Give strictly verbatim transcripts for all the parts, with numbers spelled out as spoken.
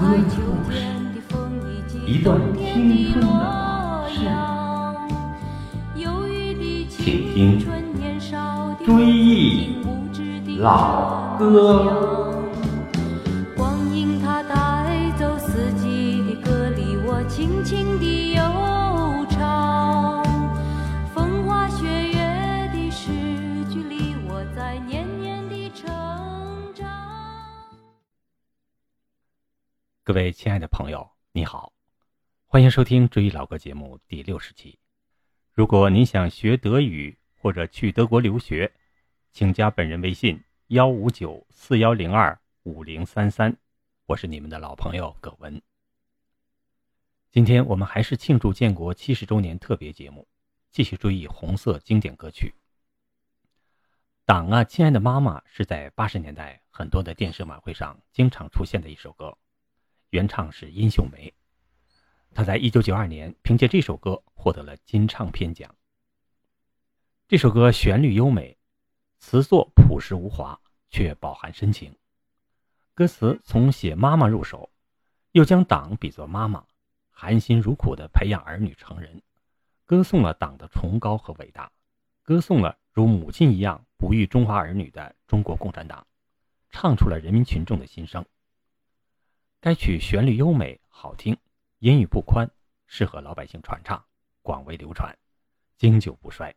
歌的故事，一段青春的往事。请听《追忆老歌》。 光阴它带走四季的歌里，我轻轻地悠唱。风花雪月的诗句里，我在年年地成长。 各位亲爱的朋友，你好，欢迎收听追忆老歌节目第六十期。如果您想学德语或者去德国留学，请加本人微信幺五九四幺零二五零三三，我是你们的老朋友葛文。今天我们还是庆祝建国七十周年特别节目，继续追忆红色经典歌曲。党啊，亲爱的妈妈是在八十年代很多的电视晚会上经常出现的一首歌，原唱是殷秀梅。她在一九九二年凭借这首歌获得了金唱片奖。这首歌旋律优美，词作朴实无华，却饱含深情。歌词从写妈妈入手，又将党比作妈妈，含辛茹苦地培养儿女成人，歌颂了党的崇高和伟大，歌颂了如母亲一样不育中华儿女的中国共产党，唱出了人民群众的心声。该曲旋律优美好听，音域不宽，适合老百姓传唱，广为流传，经久不衰。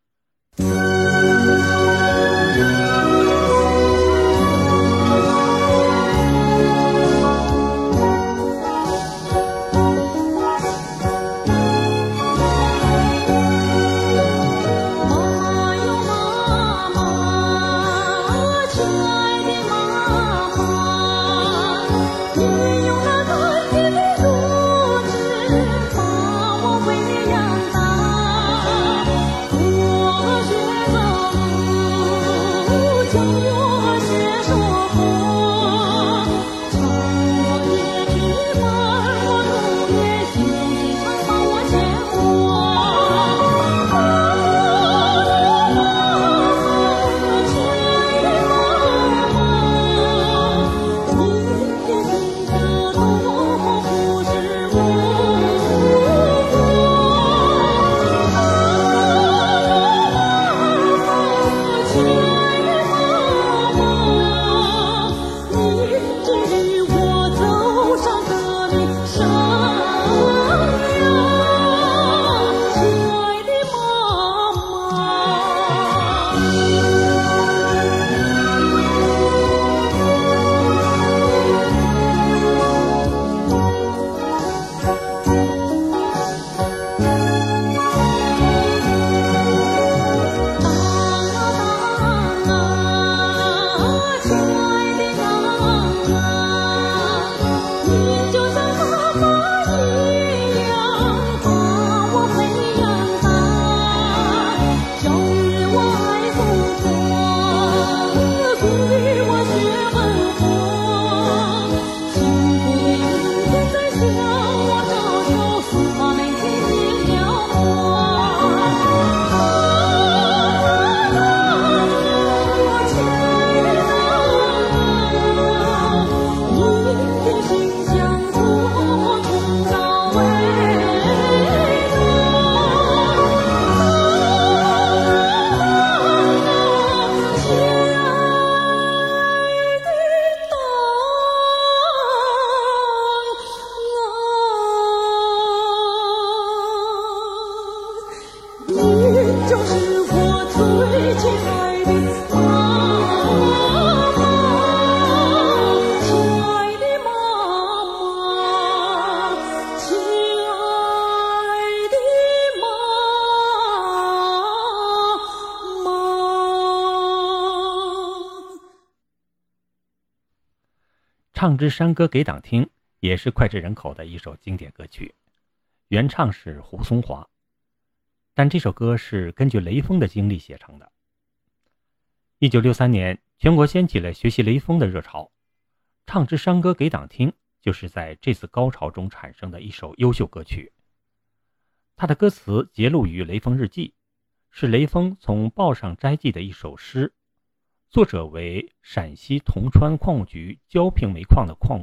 唱支山歌给党听也是脍炙人口的一首经典歌曲，原唱是胡松华，但这首歌是根据雷锋的经历写成的。一九六三年，全国掀起了学习雷锋的热潮，唱支山歌给党听就是在这次高潮中产生的一首优秀歌曲。它的歌词节录于雷锋日记，是雷锋从报上摘记的一首诗，作者为陕西铜川矿务局焦平煤矿的矿工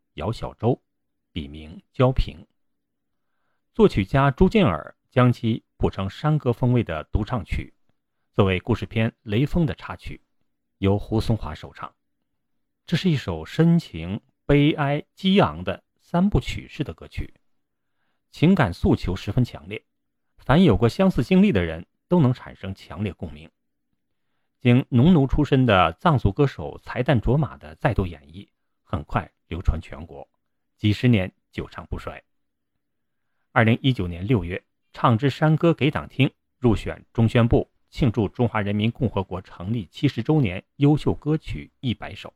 姚小舟，笔名焦平。作曲家朱建尔将其谱成山歌风味的独唱曲，作为故事片《雷锋》的插曲，由胡松华首唱。这是一首深情、悲哀、激昂的三部曲式的歌曲，情感诉求十分强烈，凡有过相似经历的人都能产生强烈共鸣。经农奴出身的藏族歌手才旦卓玛的再度演绎，很快流传全国，几十年久唱不衰。二零一九年六月，唱支山歌给党听入选中宣部庆祝中华人民共和国成立七十周年优秀歌曲一百首。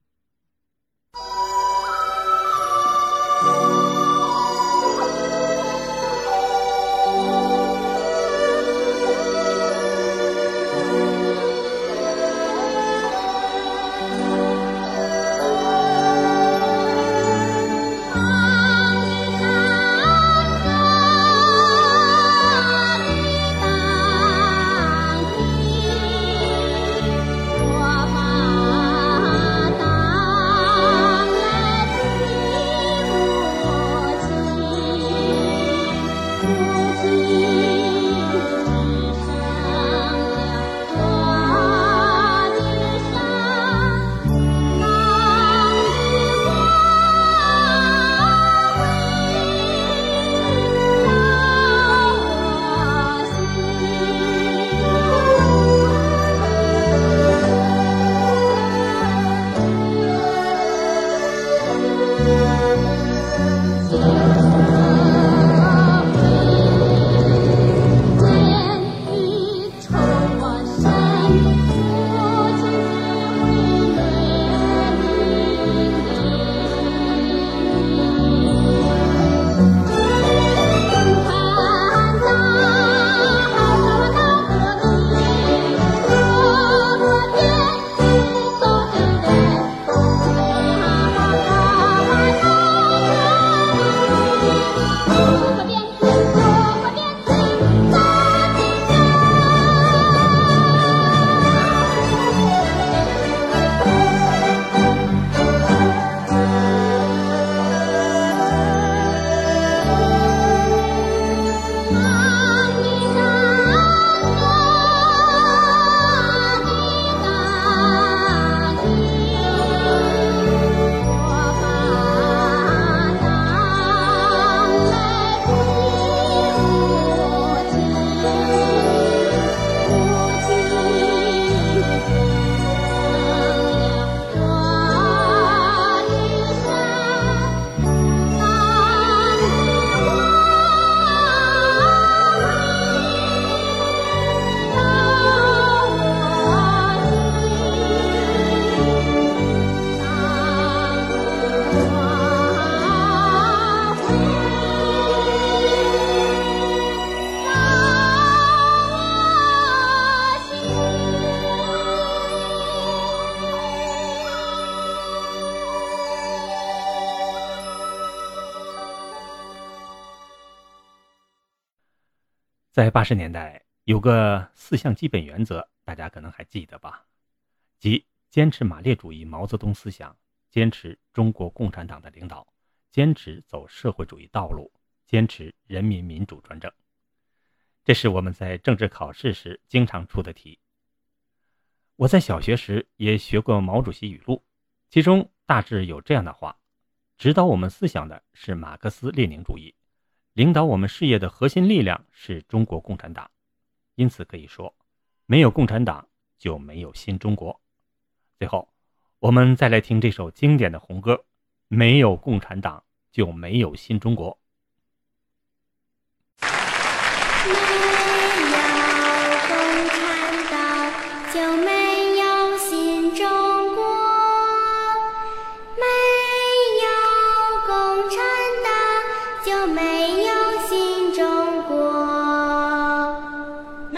在八十年代，有个四项基本原则，大家可能还记得吧？即坚持马列主义毛泽东思想，坚持中国共产党的领导，坚持走社会主义道路，坚持人民民主专政。这是我们在政治考试时经常出的题。我在小学时也学过毛主席语录，其中大致有这样的话：指导我们思想的是马克思列宁主义，领导我们事业的核心力量是中国共产党。因此可以说，没有共产党就没有新中国。最后，我们再来听这首经典的红歌，没有共产党就没有新中国。 没有共产党就没有新中国，没有共产党就没有新中国， 没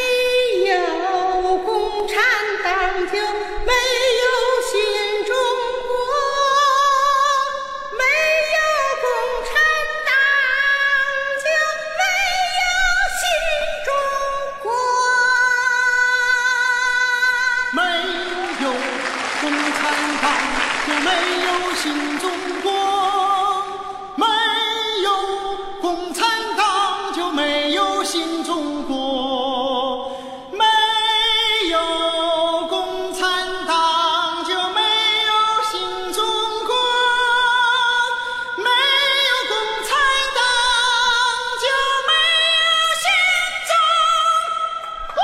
有共产党就没有新中国，没有共产党就没有新中国，没有共产党就没有新中国。 共产党就没有新中国，没有共产党就没有新中国，没有共产党就没有新中国。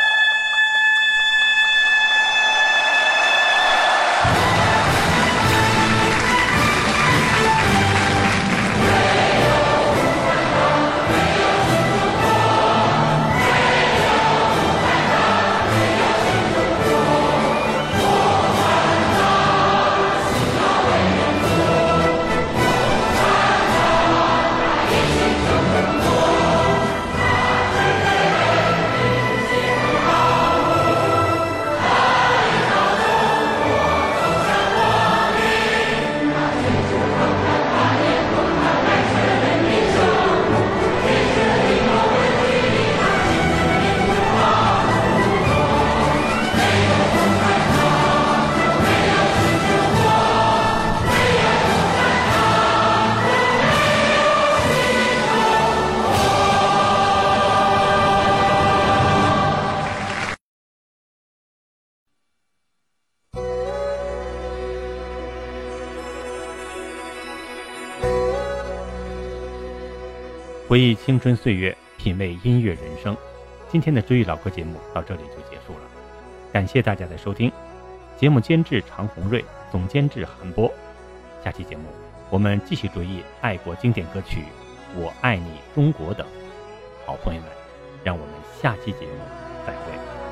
回忆青春岁月，品味音乐人生。今天的追忆老歌节目到这里就结束了，感谢大家的收听。节目监制常红瑞，总监制韩波。下期节目我们继续追忆爱国经典歌曲《我爱你中国》等。好朋友们，让我们下期节目再会。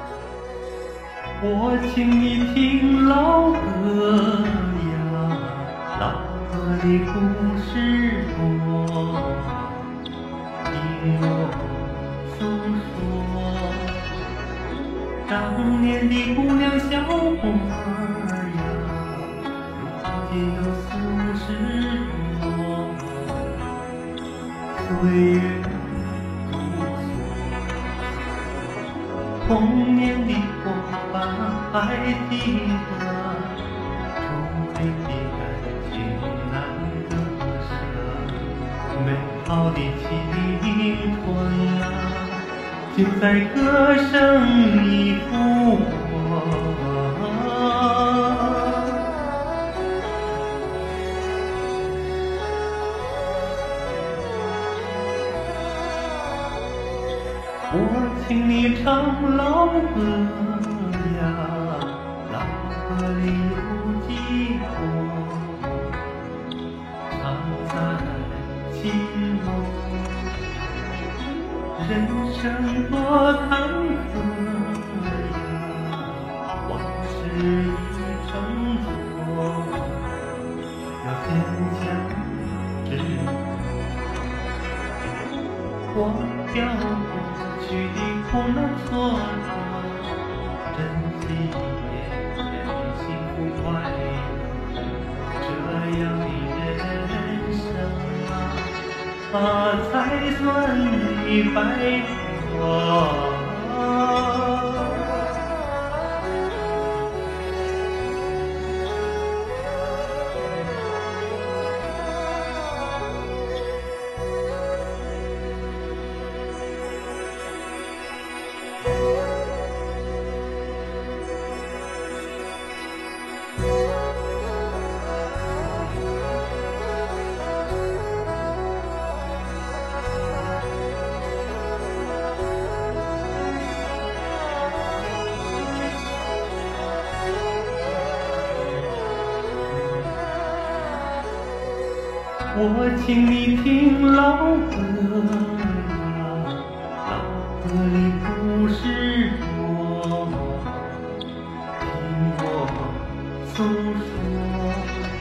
我请你听老歌呀，老歌的故事多，听我诉说。当年的姑娘小伙儿呀，如今都四五十多，岁月如梭，童年的伙伴还记得，充沛的感情难割舍，美好的青春啊，就在歌声里复活。我请你唱老歌呀，老歌里有几多，常在心窝。人生多坎坷呀，往事已成错，要坚强执着，忘掉过去的苦难挫折，珍惜眼前幸福快乐，这样的人生啊，啊才算你白活。我请你听老歌呀，老歌里故事多，听我诉说。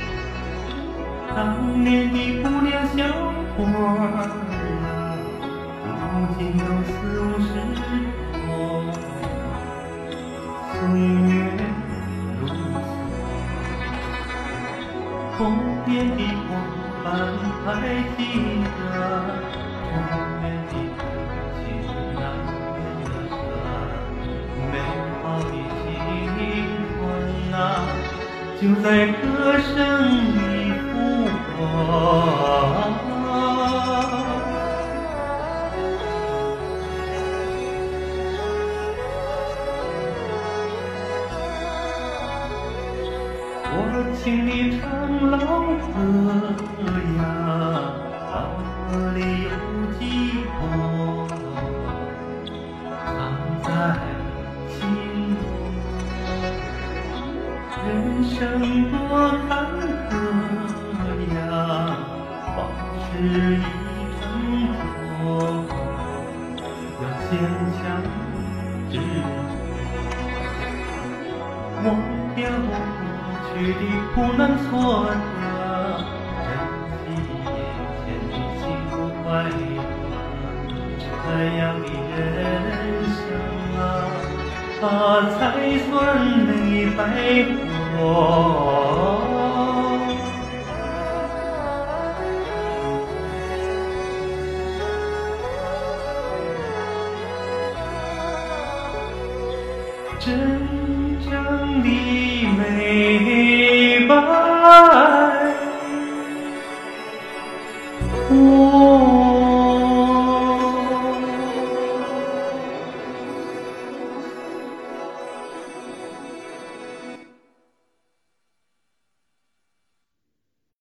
当年的姑娘小伙儿呀，如今都四五十多，岁月如梭，童年的我还记得，童年的感情难割舍，美好的青春啊，就在歌声里复活。 情的长老歌呀，哪里有寄托，藏在心中。人生多坎坷呀，保持一挣脱，要坚强执着。忘掉过去的苦难挫折，珍惜眼前的幸福快乐。这样的人生啊，啊才算没白活。真正的美白。